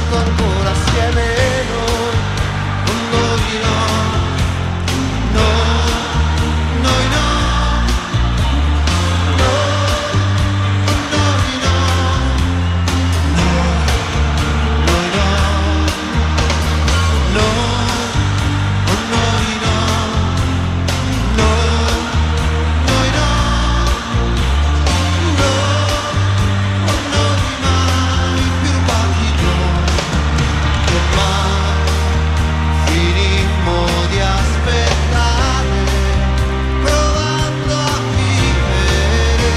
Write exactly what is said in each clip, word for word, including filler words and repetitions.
rimasto ancora assieme noi, con noi no, no, noi no, no, con noi no, no, noi no, no, con noi no, no, noi no, no, con noi mai più rubati noi, che mai finimmo di aspettare, provando a vivere,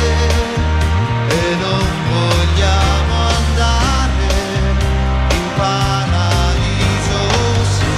e non vogliamo andare in paradiso se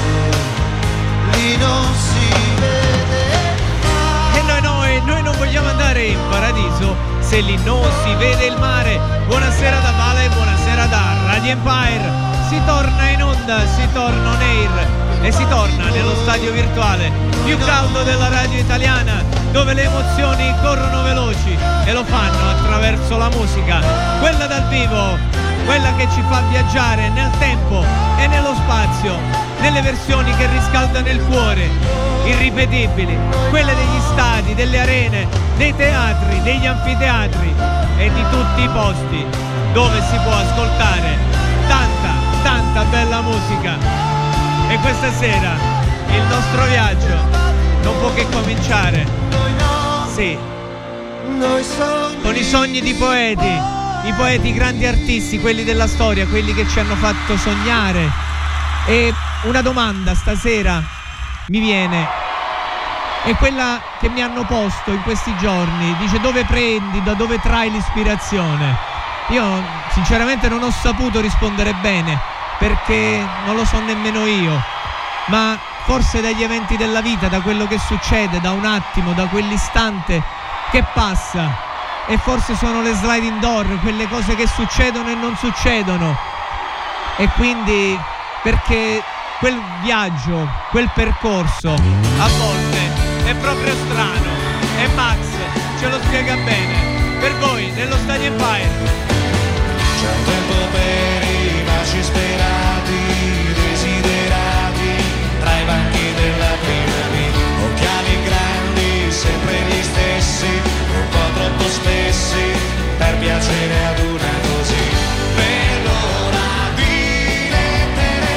lì non si vede mai. E noi, noi, noi non vogliamo andare in paradiso se lì non si vede il mare. Buonasera da Vale, buonasera da Radio Empire. Si torna in onda, si torna on air e si torna nello stadio virtuale più caldo della radio italiana, dove le emozioni corrono veloci e lo fanno attraverso la musica, quella dal vivo, quella che ci fa viaggiare nel tempo e nello spazio, nelle versioni che riscaldano il cuore, irripetibili, quelle degli stadi, delle arene, dei teatri, degli anfiteatri e di tutti i posti dove si può ascoltare tanta, tanta bella musica. E questa sera il nostro viaggio non può che cominciare, sì, con i sogni di poeti, i poeti grandi artisti, quelli della storia, quelli che ci hanno fatto sognare. E una domanda stasera mi viene, è quella che mi hanno posto in questi giorni, dice: dove prendi, da dove trai l'ispirazione? Io sinceramente non ho saputo rispondere bene, perché non lo so nemmeno io, ma forse dagli eventi della vita, da quello che succede, da un attimo, da quell'istante che passa, e forse sono le sliding door, quelle cose che succedono e non succedono, e quindi perché quel viaggio, quel percorso a volte è proprio strano, e Max ce lo spiega bene per voi nello Stadio Empire. C'è un tempo per i baci sperati, desiderati, tra i banchi della Pinami, occhiali grandi, sempre gli stessi, un po' troppo spessi, per piacere ad una così. Per l'ora di lettere,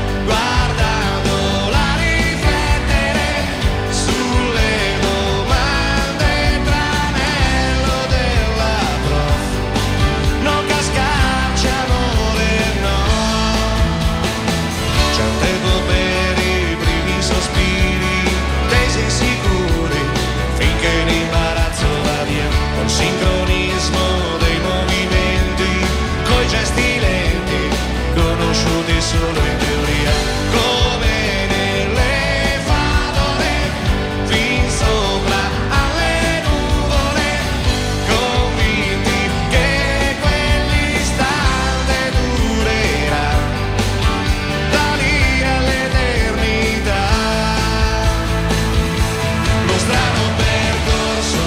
guardandola riflettere sulle domande, tranello della prof, non cascarci amore, no. C'è un tempo per i primi sospiri, tesi e sicuri, finché l'imbarazzo va via, col sincronismo dei movimenti, coi gesti lenti, conosciuti solo in teoria, come nelle favole, fin sopra alle nuvole, convinti che quell'istante durerà da lì all'eternità. Lo strano percorso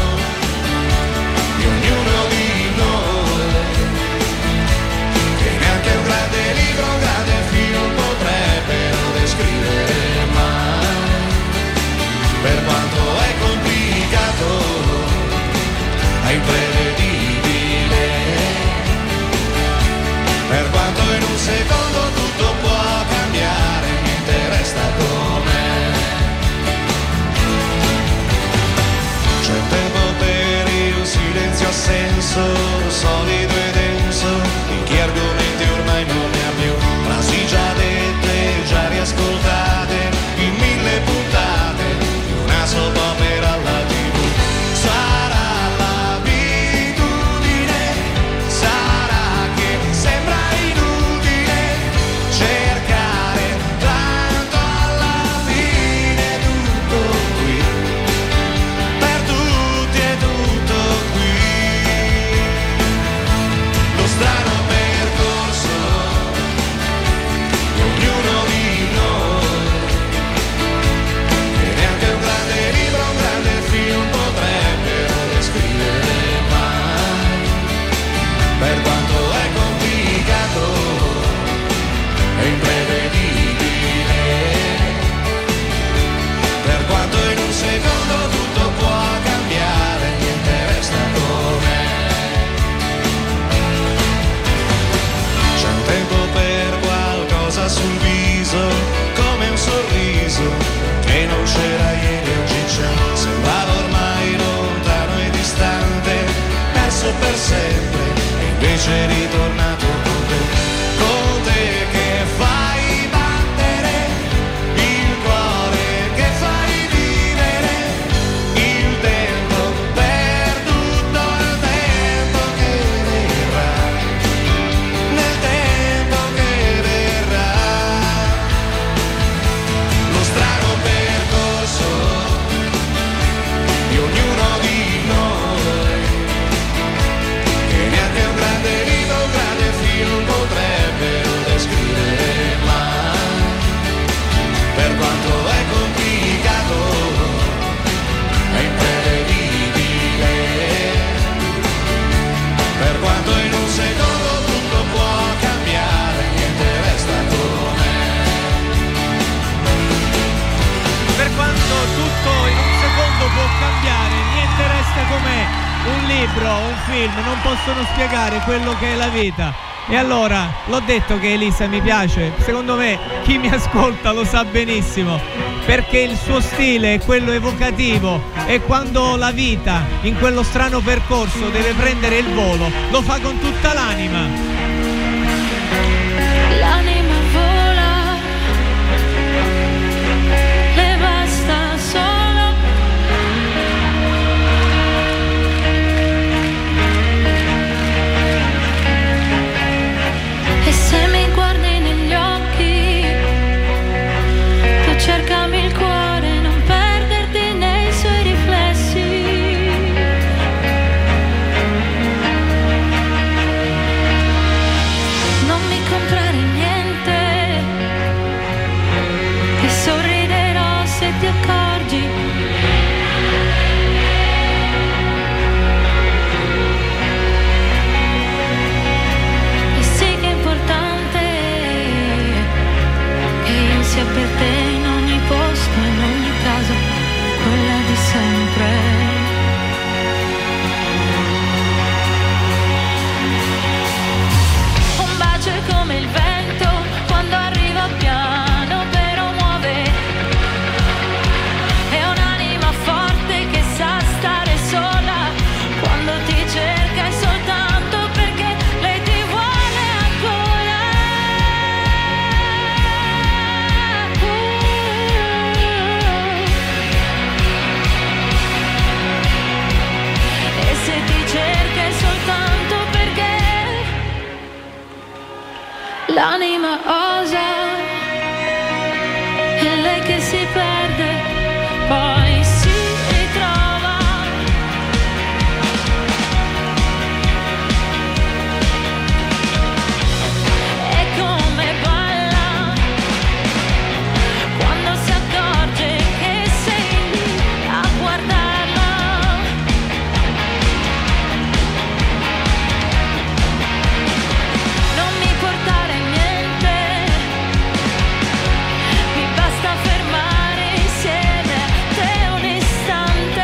di ognuno di noi, che neanche un grande libro, un grande film potrebbero descrivere mai. Per quanto è complicato, è imprevedibile, per quanto in un secondo tutto può cambiare, niente resta com'è. C'è tempo per il silenzio a senso, solido e denso, in chi argomenti ormai non ne ha più, frasi già dette, già riascoltate, in mille puntate di una soap opera alla tivù. Sarà l'abitudine, sarà che sembra inutile cercare tanto, alla fine tutto qui, per tutti è tutto qui. sei ritornato con te, con te che fai battere il cuore, che fai vivere il tempo per tutto il tempo che verrà, nel tempo che verrà. Lo strano percorso di ognuno di noi, che neanche un grande libro, un grande film potrebbero descrivere mai. Per quanto è complicato, è imprevedibile, per quanto in un secondo tutto può cambiare, niente resta com'è. Per quanto tutto in un secondo può cambiare, niente resta com'è. Un libro, un film non possono spiegare quello che è la vita. E allora, l'ho detto che Elisa mi piace, secondo me chi mi ascolta lo sa benissimo, perché il suo stile è quello evocativo e quando la vita in quello strano percorso deve prendere il volo, lo fa con tutta l'anima. L'anima vola, le basta solo e se mi guardi negli occhi, tu cercami il cuore, non perderti nei suoi riflessi. Non mi comprare niente e sorriderò se ti accorgi. E sì che è importante che io sia per te in ogni posto, in ogni caso, quella di sempre. Un bacio è come il vento quando arriva piano però muove. È un'anima forte che sa stare sola quando ti cerca è soltanto perché lei ti vuole ancora. E se ti cerca è soltanto perché l'anima osa, è lei che si perde, poi si ritrova. È come balla quando si accorge che sei lì a guardarla. Non mi portare niente, mi basta fermare insieme a te un istante.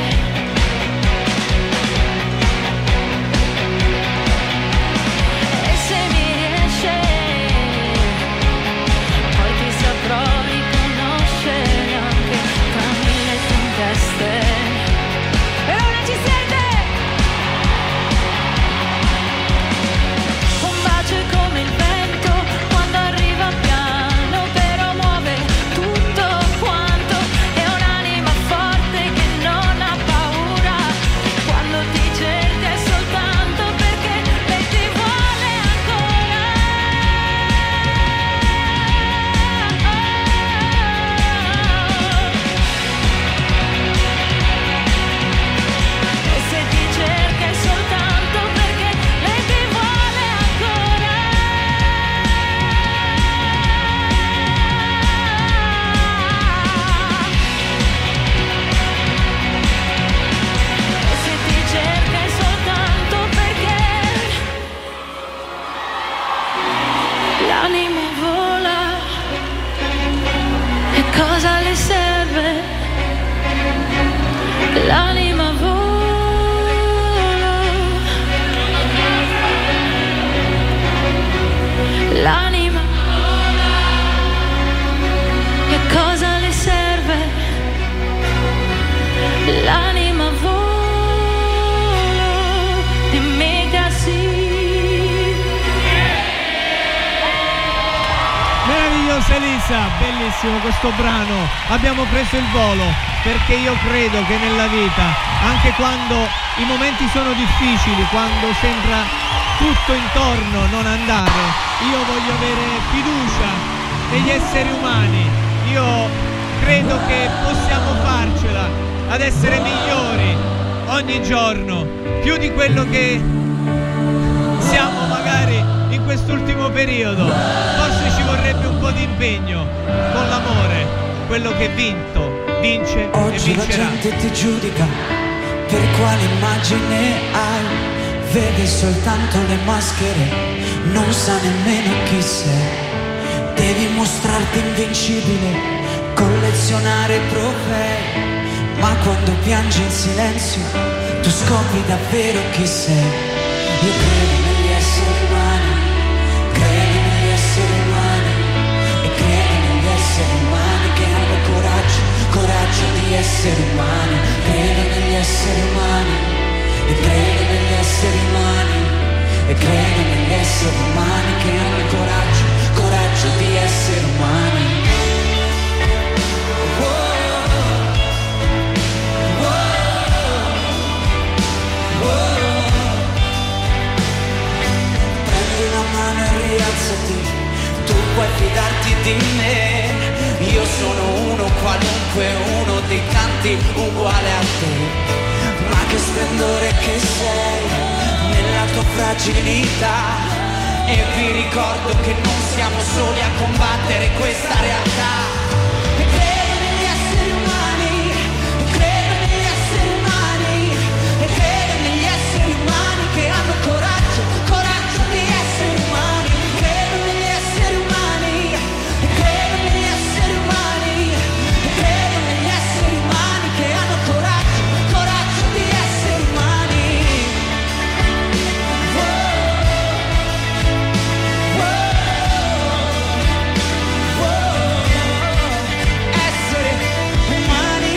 E se mi riesce, poi ti saprò riconoscere anche tra mille tempeste. E ora ci siete! Un bacio è come il vento quando arriva piano però muove tutto quanto. È un'anima forte che non ha paura quando ti cerca è soltanto perché lei ti vuole ancora. E se ti cerca è soltanto perché lei ti vuole ancora. E se ti cerca è soltanto perché l'anima vola. E cosa le serve? L'anima vola. L'anima e cosa le serve? L'anima vola e mica sì. Elisa, bellissimo questo brano. Abbiamo preso il volo perché io credo che nella vita, anche quando i momenti sono difficili, quando sembra tutto intorno non andare, io voglio avere fiducia negli esseri umani. Io credo che possiamo farcela ad essere migliori ogni giorno, più di quello che siamo magari in quest'ultimo periodo. Forse ci vorrebbe un po' di impegno con l'amore, quello che vinto, vince Oggi e la vincerà. gente ti giudica per quale immagine hai, vede soltanto le maschere, non sa nemmeno chi sei. Devi mostrarti invincibile, collezionare trofei, ma quando piangi in silenzio tu scopri davvero chi sei. Io credo negli esseri umani, credo negli esseri umani, e credo negli esseri umani che hanno coraggio, coraggio di essere umani. Credo negli esseri umani, e credo negli esseri umani, e credo negli esseri umani che hanno il coraggio, coraggio di essere umani. Rialzati, tu puoi fidarti di me. Io sono uno qualunque, uno dei tanti uguale a te. Ma che splendore che sei nella tua fragilità. E vi ricordo che non siamo soli a combattere questa realtà. E credo negli esseri umani, e credo negli esseri umani, e credo negli esseri umani che hanno coraggio, coraggio di essere umani. Credo negli esseri umani, e credo negli esseri umani, e credo negli esseri umani che hanno coraggio, coraggio di essere umani. Essere umani.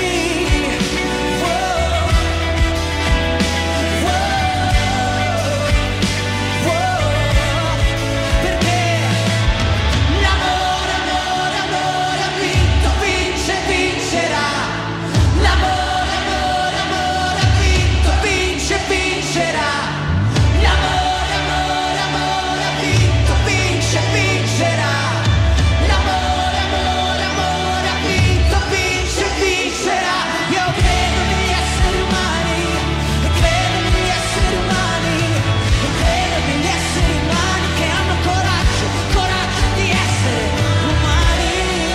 Perché l'amore, amore, amore ha vinto, vince, vincerà. L'amore, amore, amore ha vinto, vince, vincerà. L'amore, amore, amore ha vinto, vince, vincerà. L'amore, amore, amore ha vinto, vince, vincerà. Io credo negli esseri umani, e credo negli esseri umani, e credo negli esseri umani che hanno coraggio, coraggio di essere umani.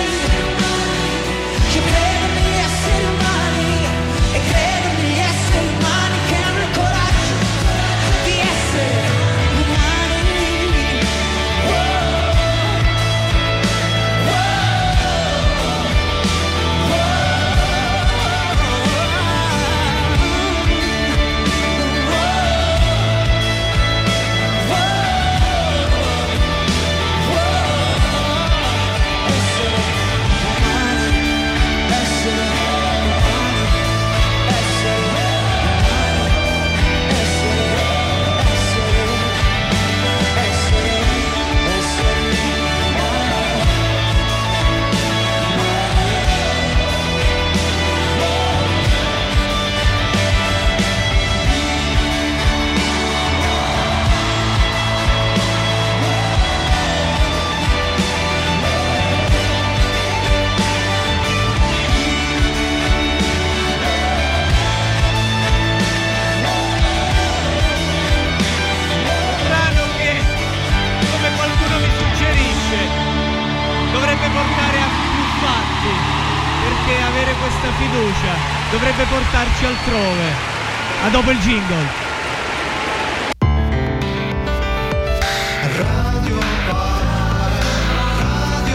Io credo negli esseri umani, e credo negli esseri umani che hanno il coraggio di essere umani. Un brano che, come qualcuno mi suggerisce, dovrebbe portare a più fatti, perché avere questa fiducia dovrebbe portarci altrove. A dopo il jingle. Radio Empire, Radio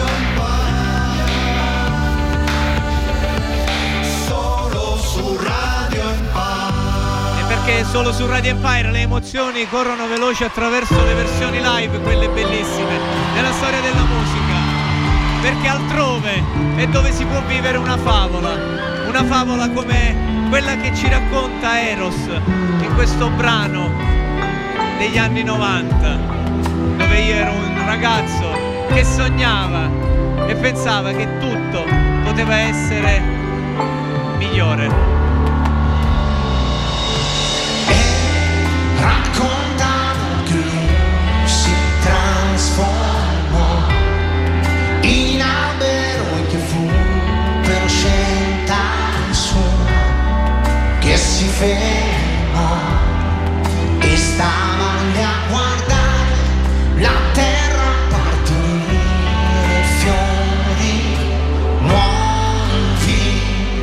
Empire, solo su Radio Empire. E perché solo su Radio Empire le emozioni corrono veloci attraverso le versioni live, quelle bellissime, nella storia della musica. Perché altrove è dove si può vivere una favola, una favola come quella che ci racconta Eros in questo brano degli anni novanta, dove io ero un ragazzo che sognava e pensava che tutto poteva essere migliore. E raccontano che lui si trasformò in albero e che fu per scelta sua che si fermò e stava lì a guardare la terra partire, fiori nuovi.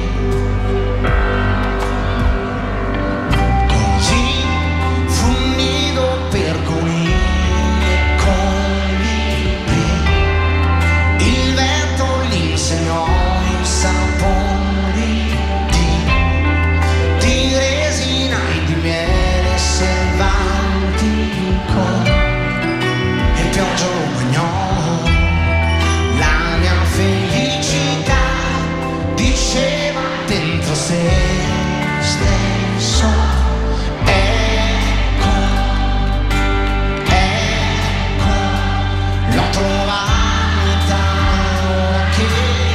Così fu un nido per conigli e colibri. Il vento gli insegnò i sapori di, di resina e di miele selvatica. E pioggia lo bagnò. La mia felicità diceva dentro se stesso: ecco, ecco, l'ho trovata ora che,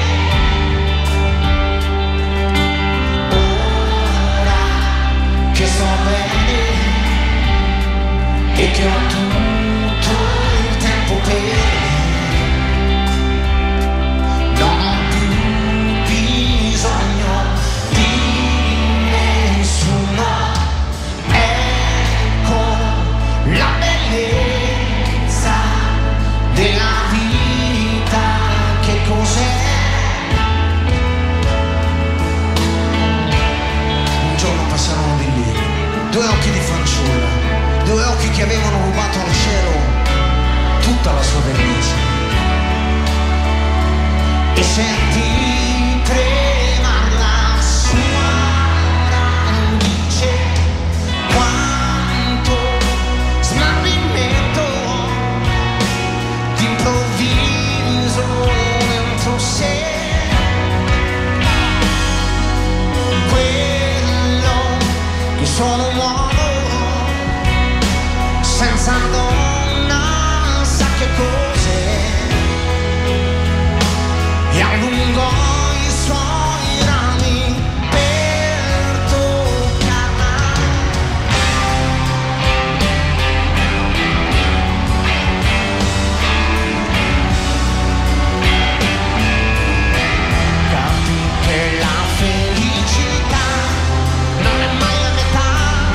ora che sto bene e che ho tutto il tempo per, non ho più bisogno di nessuno. Ecco la bellezza della vita, che cos'è? Un giorno passarono di lì due occhi di fanciulla, due occhi che avevano rubato al cielo tutta la sua bellezza, e sentì tremare la sua radice. Quanto smarrimento d'improvviso dentro sé, quello che sono un uomo senza donna, sa che cos'è, e allungò i suoi rami per toccarla. Capì che la felicità non è mai la metà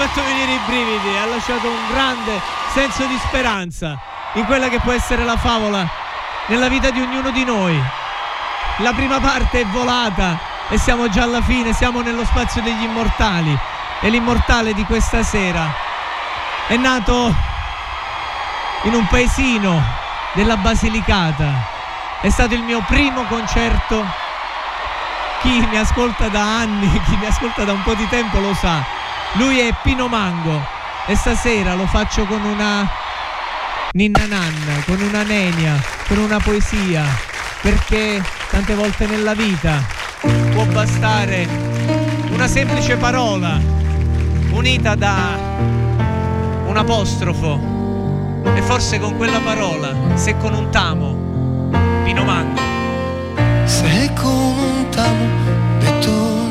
fatto venire i brividi, ha lasciato un grande senso di speranza in quella che può essere la favola nella vita di ognuno di noi. La prima parte è volata e siamo già alla fine, siamo nello spazio degli immortali, e l'immortale di questa sera è nato in un paesino della Basilicata. È stato il mio primo concerto. Chi mi ascolta da anni, chi mi ascolta da un po' di tempo lo sa. Lui è Pino Mango e stasera lo faccio con una ninna nanna, con una nenia, con una poesia, perché tante volte nella vita può bastare una semplice parola unita da un apostrofo, e forse con quella parola, se con un tamo, Pino Mango. Se con un tamo detto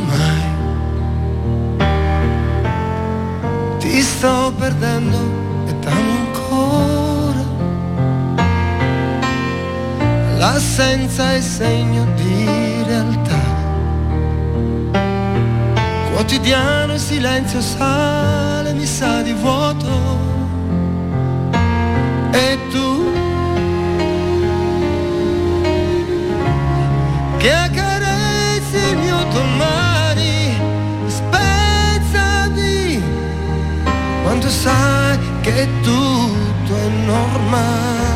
mai, ti sto perdendo e t'amo ancora. L'assenza è segno di realtà, quotidiano il silenzio sale, mi sa di vuoto. E tu che accarezzi il mio domani, spezzati quando sai che tutto è normale.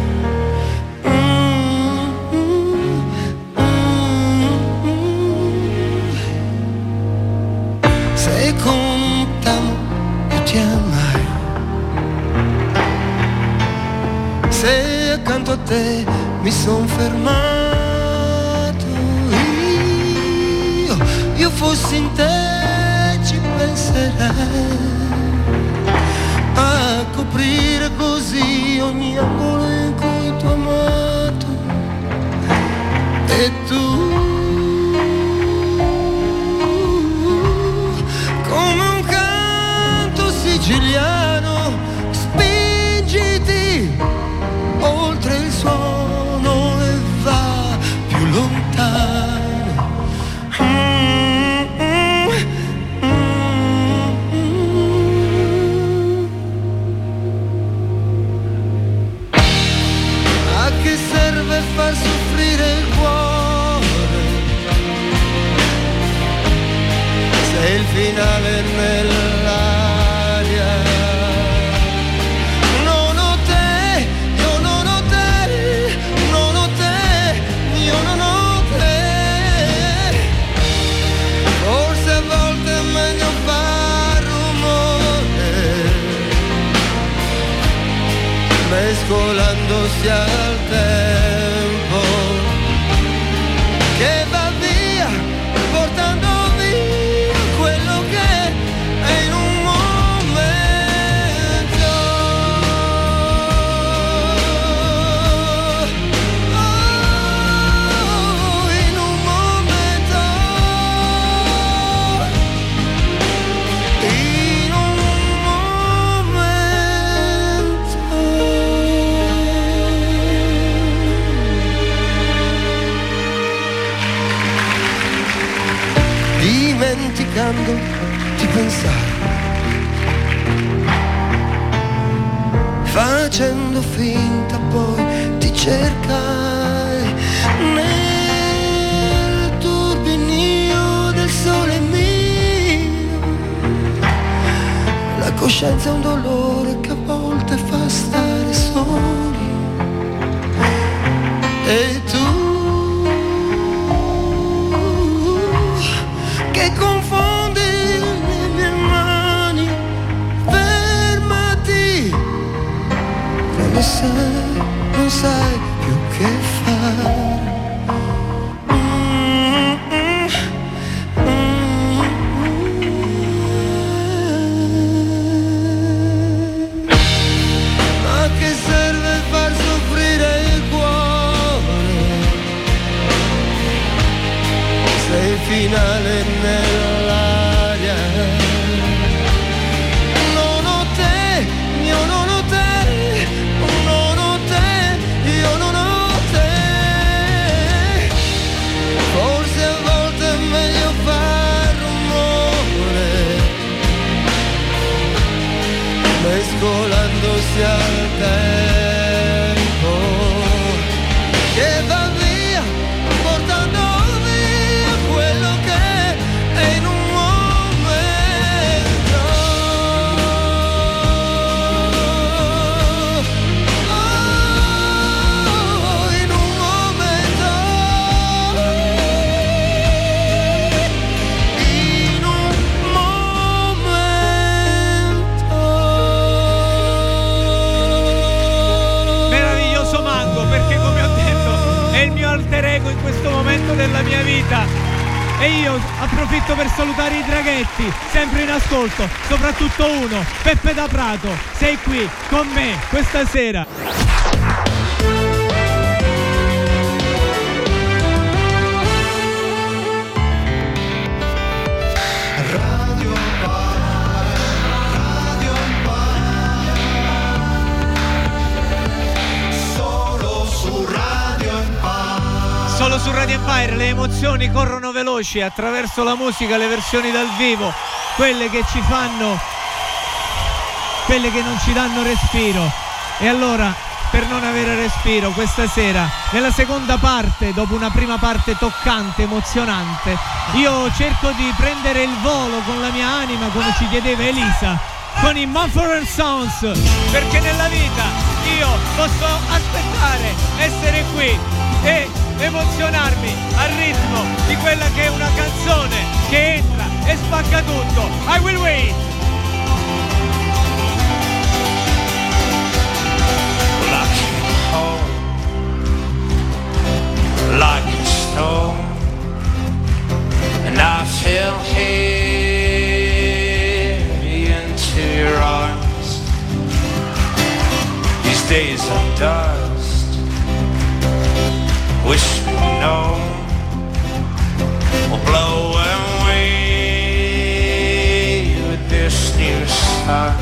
Mm, mm, mm. Se con un tamo io ti amai, se accanto a te mi son fermato, io, io fossi in te ci penserei a coprire così ogni angolo in cui tu amato. E tu come un canto siciliano spingiti oltre il suono e va più lontano. Mm, mm, mm, mm. A che serve far soffrire il cuore se il finale è nell'aria? Non ho te, io non ho te, non ho te, io non ho te. Forse a volte è meglio far rumore, mescolandosi al tempo che va via, portando via quello che è in un momento. Oh, in un momento, in un momento, dimenticando di pensare, facendo finta poi ti cercai nel turbinio del sole mio. La coscienza è un dolore che a volte fa stare soli. E tu che confondi le mie mani, fermati quando sai, non sai più che fare. Mm, mm, mm, mm. Ma che serve far soffrire il cuore se il finale è nell'aria? Non ho te, io non ho te, non ho te, io non ho te. Forse a volte è meglio far rumore, della mia vita. E io approfitto per salutare i draghetti, sempre in ascolto, soprattutto uno, Peppe da Prato, sei qui con me questa sera. Radio Empire, Radio Empire, solo su Radio Empire. Solo su Radio Empire le emozioni corrono veloci attraverso la musica, le versioni dal vivo, quelle che ci fanno, quelle che non ci danno respiro. E allora, per non avere respiro, questa sera, nella seconda parte, dopo una prima parte toccante, emozionante, io cerco di prendere il volo con la mia anima, come ci chiedeva Elisa, con i Mumford and Sons, perché nella vita io posso aspettare, essere qui e emozionarmi al ritmo di quella che è una canzone che entra e spacca tutto. I will wait. Like a stone, and I fell heavy into your arms. These days of dust, wish we'd known, will blow away with this new sun.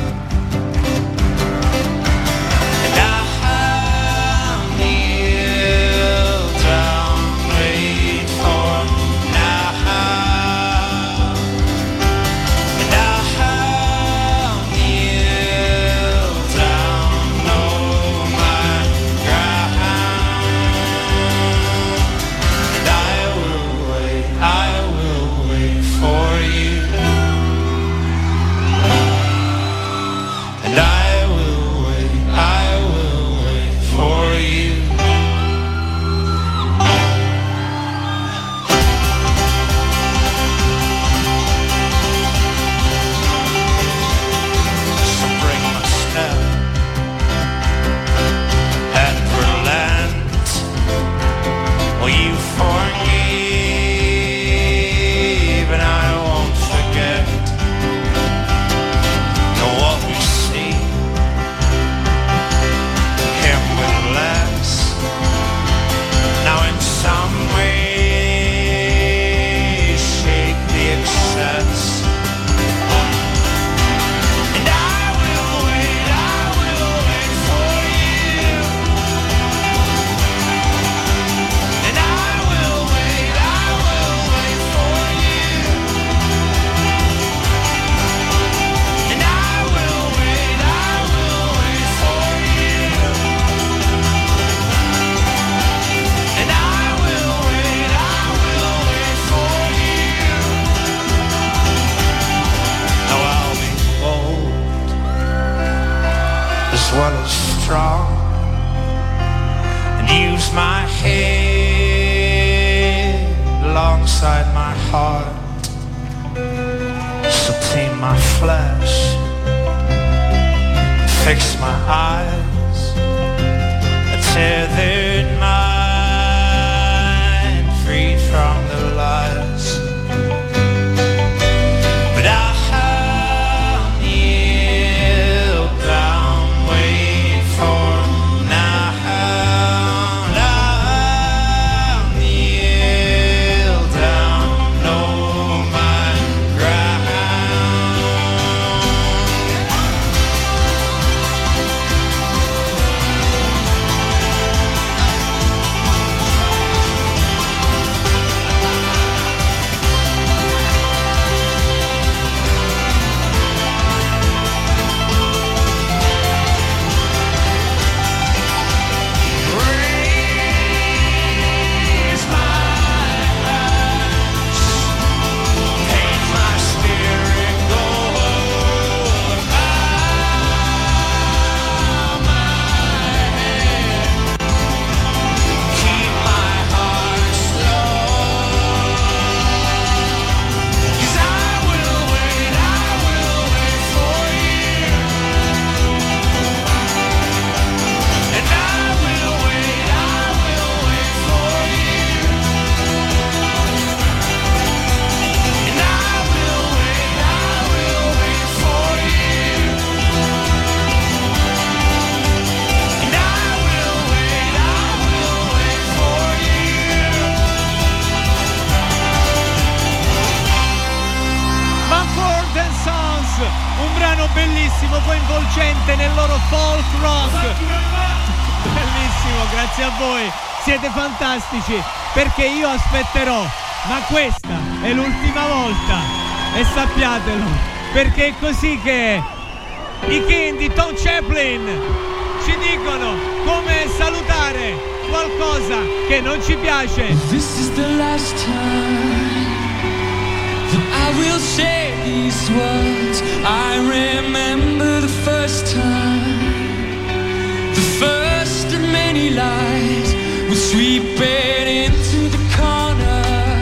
grazie a voi, siete fantastici, perché io aspetterò, ma questa è l'ultima volta e sappiatelo, perché è così che i King di Tom Chaplin ci dicono come salutare qualcosa che non ci piace. This is the last time that I will say these words. I remember the first time, the first of many lies will sweep it into the corner,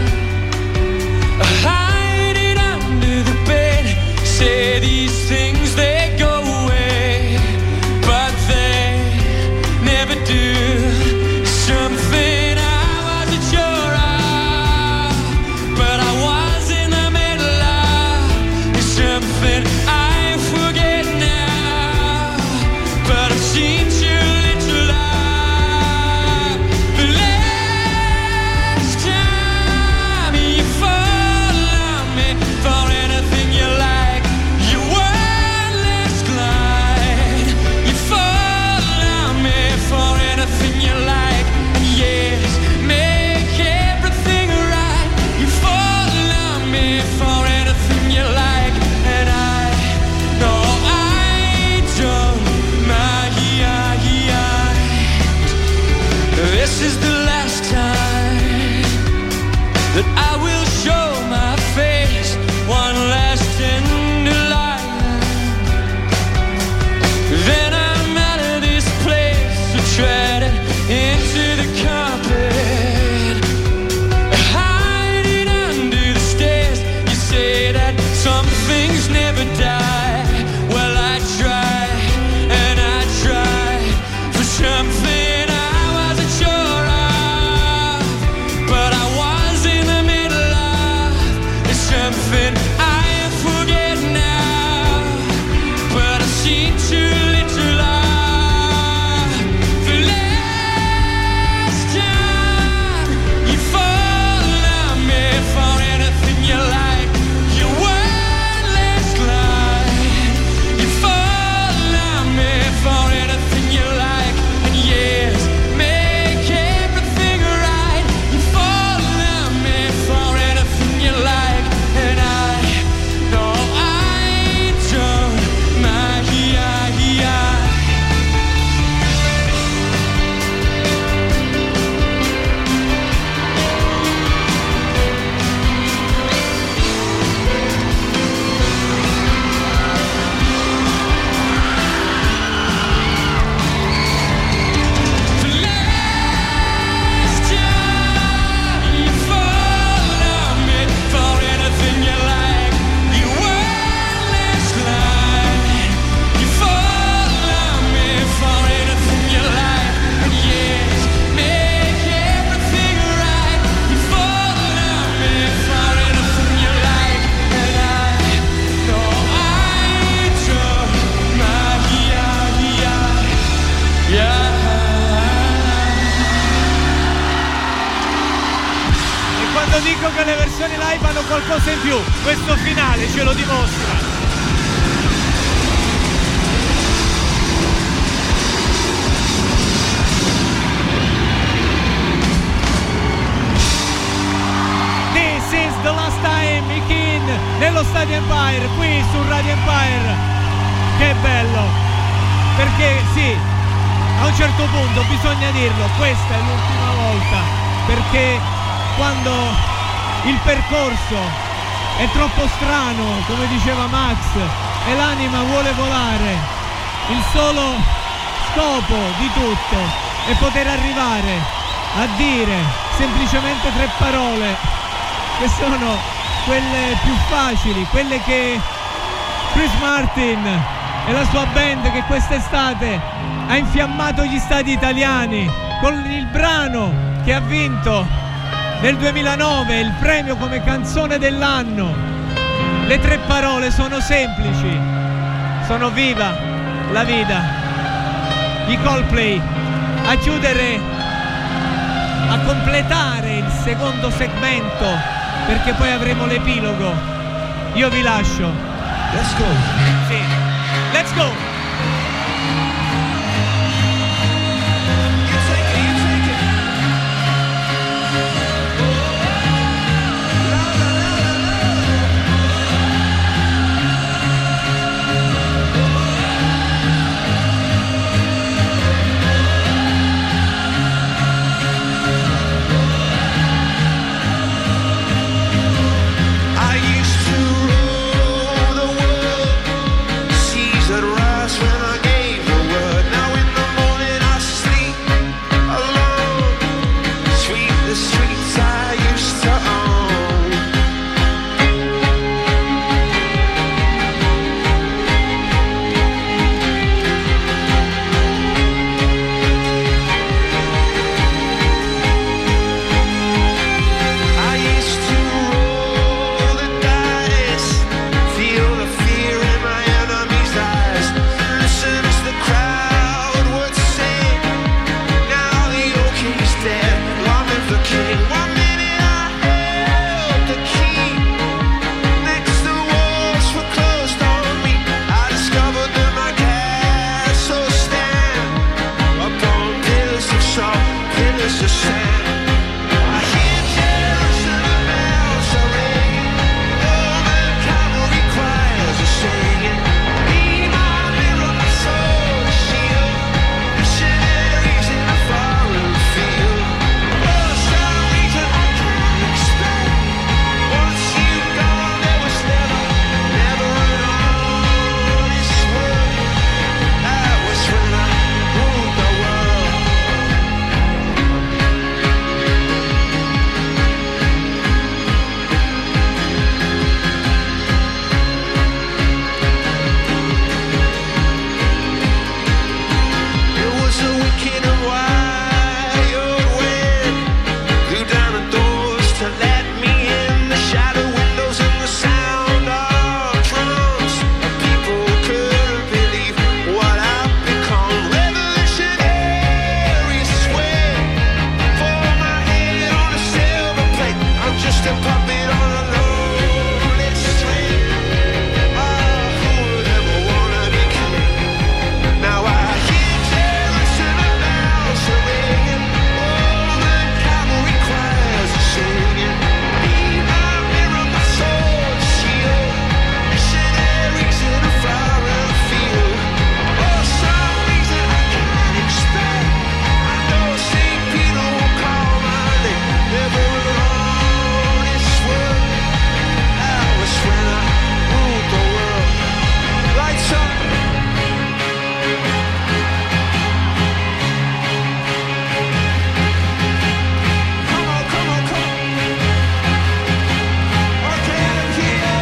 hide it under the bed, say these things, they go away, but they never do. Something I wasn't sure of, but I was in the middle of. It's something I forget now, but I've seen too little of. The last time you fall on me for anything you like, you wordless glide. You fall on me for anything you like. Yes, make everything right. You fall on me for anything you like, and I know I don't mind. This is the last time that I will show my face, one last tender line. Then I'm out of this place, so tread into the carpet, hide it under the stairs. You say that some things never die. Well, I try and I try for something I wasn't sure of, but I was in the middle of. It's something I forget now, but I've seen too little of. The last time you fall on me for anything you like, you wordless glide. You fall on me for anything you like, and yes, make everything right. You fall on me for anything you like, and I know I don't mind. The last time you fall on me for anything you like, you wordless glide. You fall on me for anything you like, and yes, make everything right. You fall on me for anything you like, and I know I don't mind. Yeah. E quando dico che le versioni live hanno qualcosa in più, questo finale ce lo dimostra. This is the last time, i King nello Stadio Empire, qui su Radio Empire. Che bello, perché sì, a un certo punto bisogna dirlo, questa è l'ultima volta, perché quando il percorso è troppo strano, come diceva Max, e l'anima vuole volare, il solo scopo di tutto è poter arrivare a dire semplicemente tre parole, che sono quelle più facili, quelle che Chris Martin e la sua band che quest'estate ha infiammato gli stadi italiani con il brano che ha vinto nel duemilanove il premio come canzone dell'anno. Le tre parole sono semplici, sono viva la vita. Gli Coldplay a chiudere, a completare il secondo segmento, perché poi avremo l'epilogo. Io vi lascio. Let's go. Sì. Let's go. You take it, you endless ascent. I hear Jerusalem bells are ringing, Roman cavalry choirs are singing. Be my mirror, my soul, a shield, missionaries in a foreign field. For some reason I can't explain, once you gone there was never, never an honest word. That was when I ruled the world. It was a wicked and wild wind, blew down the doors to let me in. The shadow windows and the sound of drums. People couldn't believe what I've become. Revolutionary swing for my head on a silver plate. I'm just a puppet on a lonely string. Oh, who would ever wanna be king? Now I hear Jerusalem bells are ringing, Roman cavalry choirs are singing. Be my mirror, my sword, shield, missionaries in a foreign field. For some reason I can't explain, I know Saint Peter won't call my name. Never an honest word. That was when I ruled the world. Lights up. Come on, come on, come on. Okay, I'm here.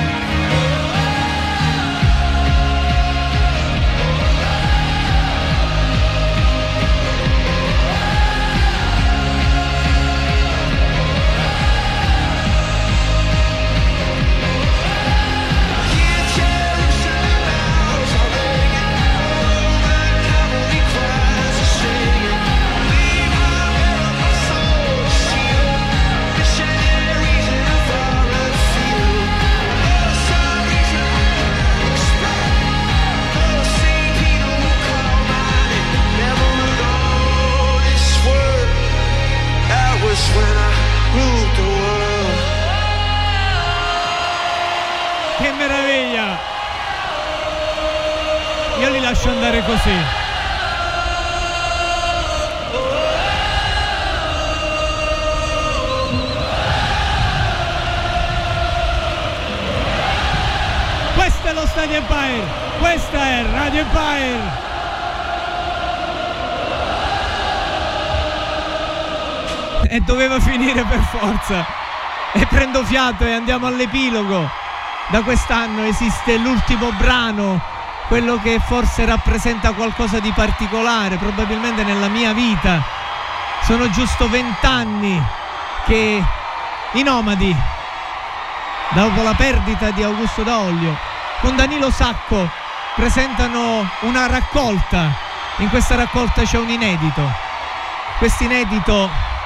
Hear Jerusalem bells are ringing, Roman cavalry choirs are singing. Be my mirror, my soul, shield, missionaries in a foreign field. For some reason I can't explain, though Saint Peter will call my name. Never an honest word. That was when I ruled the world. Che meraviglia! Io li lascio andare così. Questo è lo Stadio Empire, questa è Radio Empire. E doveva finire per forza. E prendo fiato e andiamo all'epilogo. Da quest'anno esiste l'ultimo brano, quello che forse rappresenta qualcosa di particolare, probabilmente nella mia vita. Sono giusto vent'anni che i Nomadi, dopo la perdita di Augusto Daolio, con Danilo Sacco presentano una raccolta. In questa raccolta c'è un inedito. Questo inedito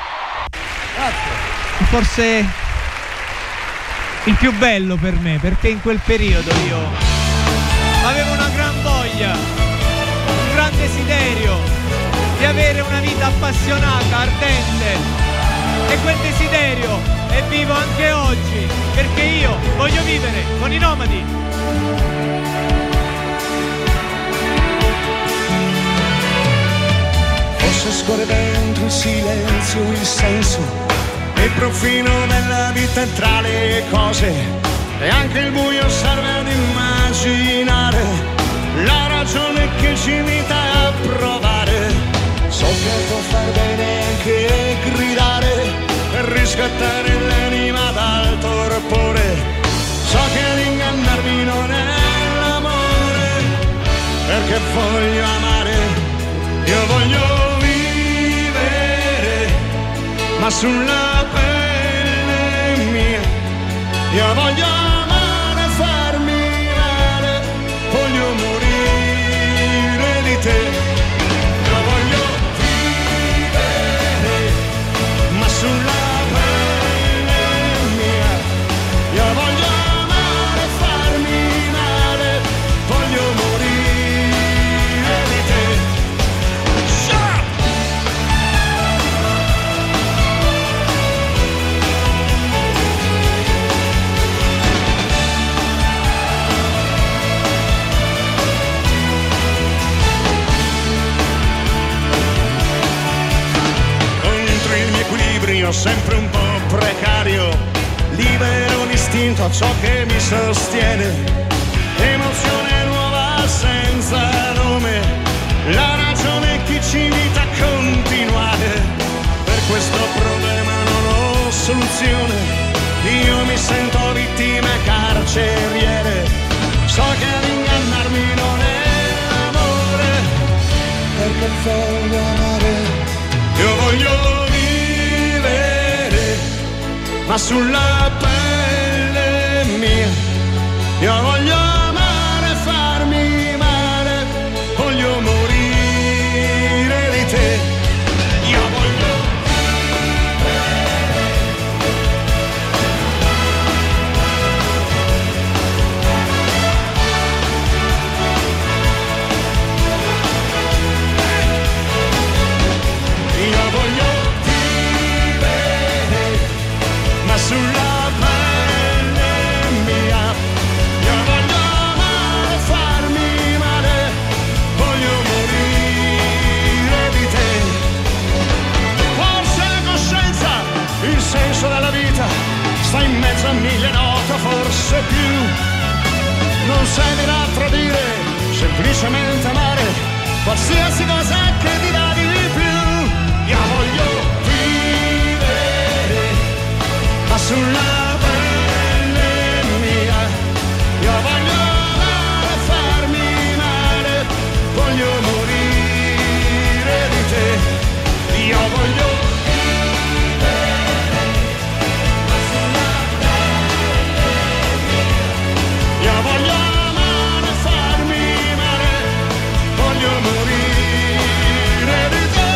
è forse il più bello per me, perché in quel periodo io avevo una gran voglia, un gran desiderio di avere una vita appassionata, ardente, e quel desiderio è vivo anche oggi, perché io voglio vivere con i Nomadi. Forse scorre dentro il silenzio il senso, il profilo della vita tra le cose, e anche il buio serve ad immaginare la ragione che ci invita a provare. So che può far bene anche gridare per riscattare l'anima dal torpore. So che ad ingannarmi non è l'amore, perché voglio amare, io voglio vivere, ma sulla pelle mia. Io voglio amare, farmi male, voglio morire di te. Io voglio vivere, ma sulla pelle mia. Io voglio amare, farmi male, voglio morire di te. Shut up! mio sempre un po' precario, libero l'istinto, ciò che mi sostiene, emozione nuova senza nome, la ragione che ci invita a continuare. Per questo problema non ho soluzione, io mi sento vittima carceriere, so che ad ingannarmi non è amore, perché voglio amare, io voglio vivere, ma sulla pelle mia, io voglio amare, farmi male, voglio morire di te, io voglio sulla pelle mia, io voglio amare, farmi male, voglio morire di te. Forse la coscienza, il senso della vita, sta in mezzo a mille note, forse più. Non servirà a tradire, semplicemente amare, qualsiasi cosa che ti dà di più. Io voglio ma sulla pelle mia, io voglio amare, farmi male, voglio morire di te, io voglio vivere, ma sulla pelle mia, io voglio amare, farmi male, voglio morire di te.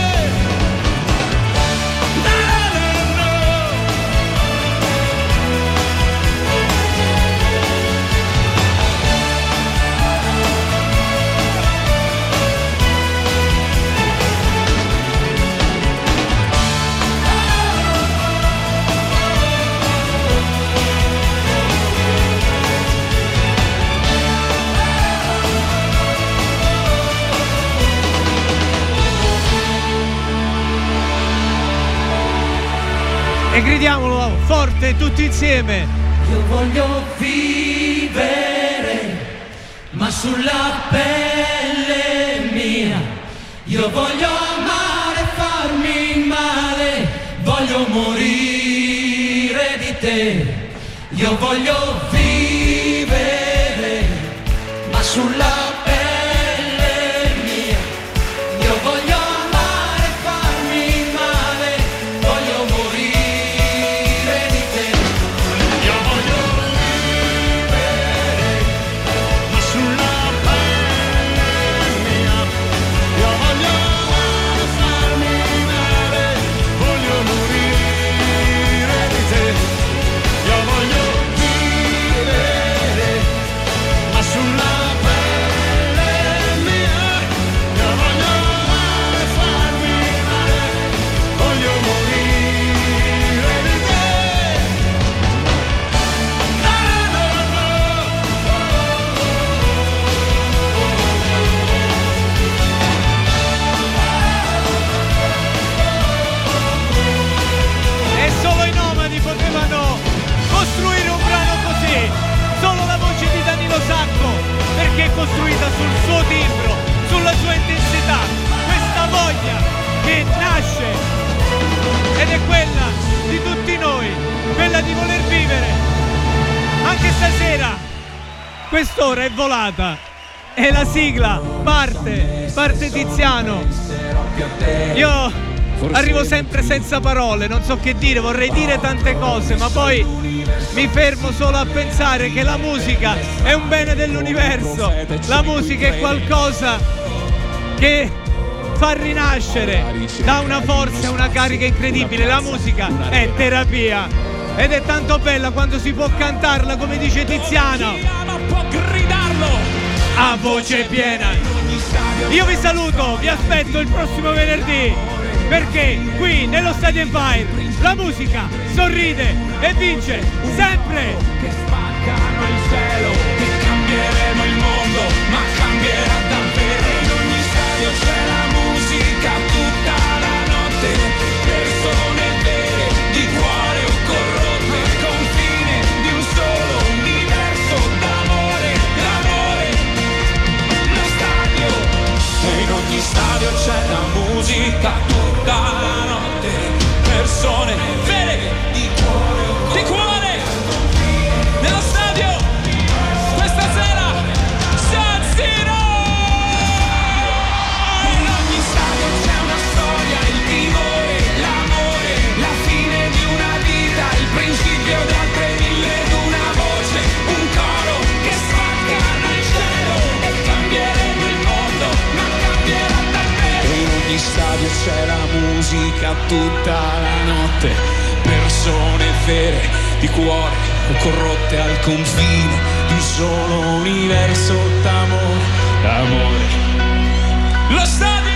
E gridiamolo forte tutti insieme. Io voglio vivere, ma sulla pelle mia, io voglio amare, farmi male, voglio morire di te, io voglio vivere, ma sulla pelle mia, io voglio amare, farmi male, voglio morire. Perché è costruita sul suo timbro, sulla sua intensità, questa voglia che nasce ed è quella di tutti noi, quella di voler vivere. Anche stasera quest'ora è volata e la sigla parte, parte Tiziano. Io arrivo sempre senza parole, non so che dire, vorrei dire tante cose, ma poi mi fermo solo a pensare che la musica è un bene dell'universo, la musica è qualcosa che fa rinascere, dà una forza e una carica incredibile, la musica è terapia ed è tanto bella quando si può cantarla come dice Tiziano, può gridarlo a voce piena. Io vi saluto, vi aspetto il prossimo venerdì, perché qui nello Stadio Empire la musica sorride e vince sempre. che spaccano il cielo, che cambieremo il mondo, ma cambierà davvero. In ogni stadio c'è la musica tutta la notte, persone vere. musica tutta la notte, persone vere di cuore o corrotte al confine di un solo universo d'amore, d'amore. Lo stadio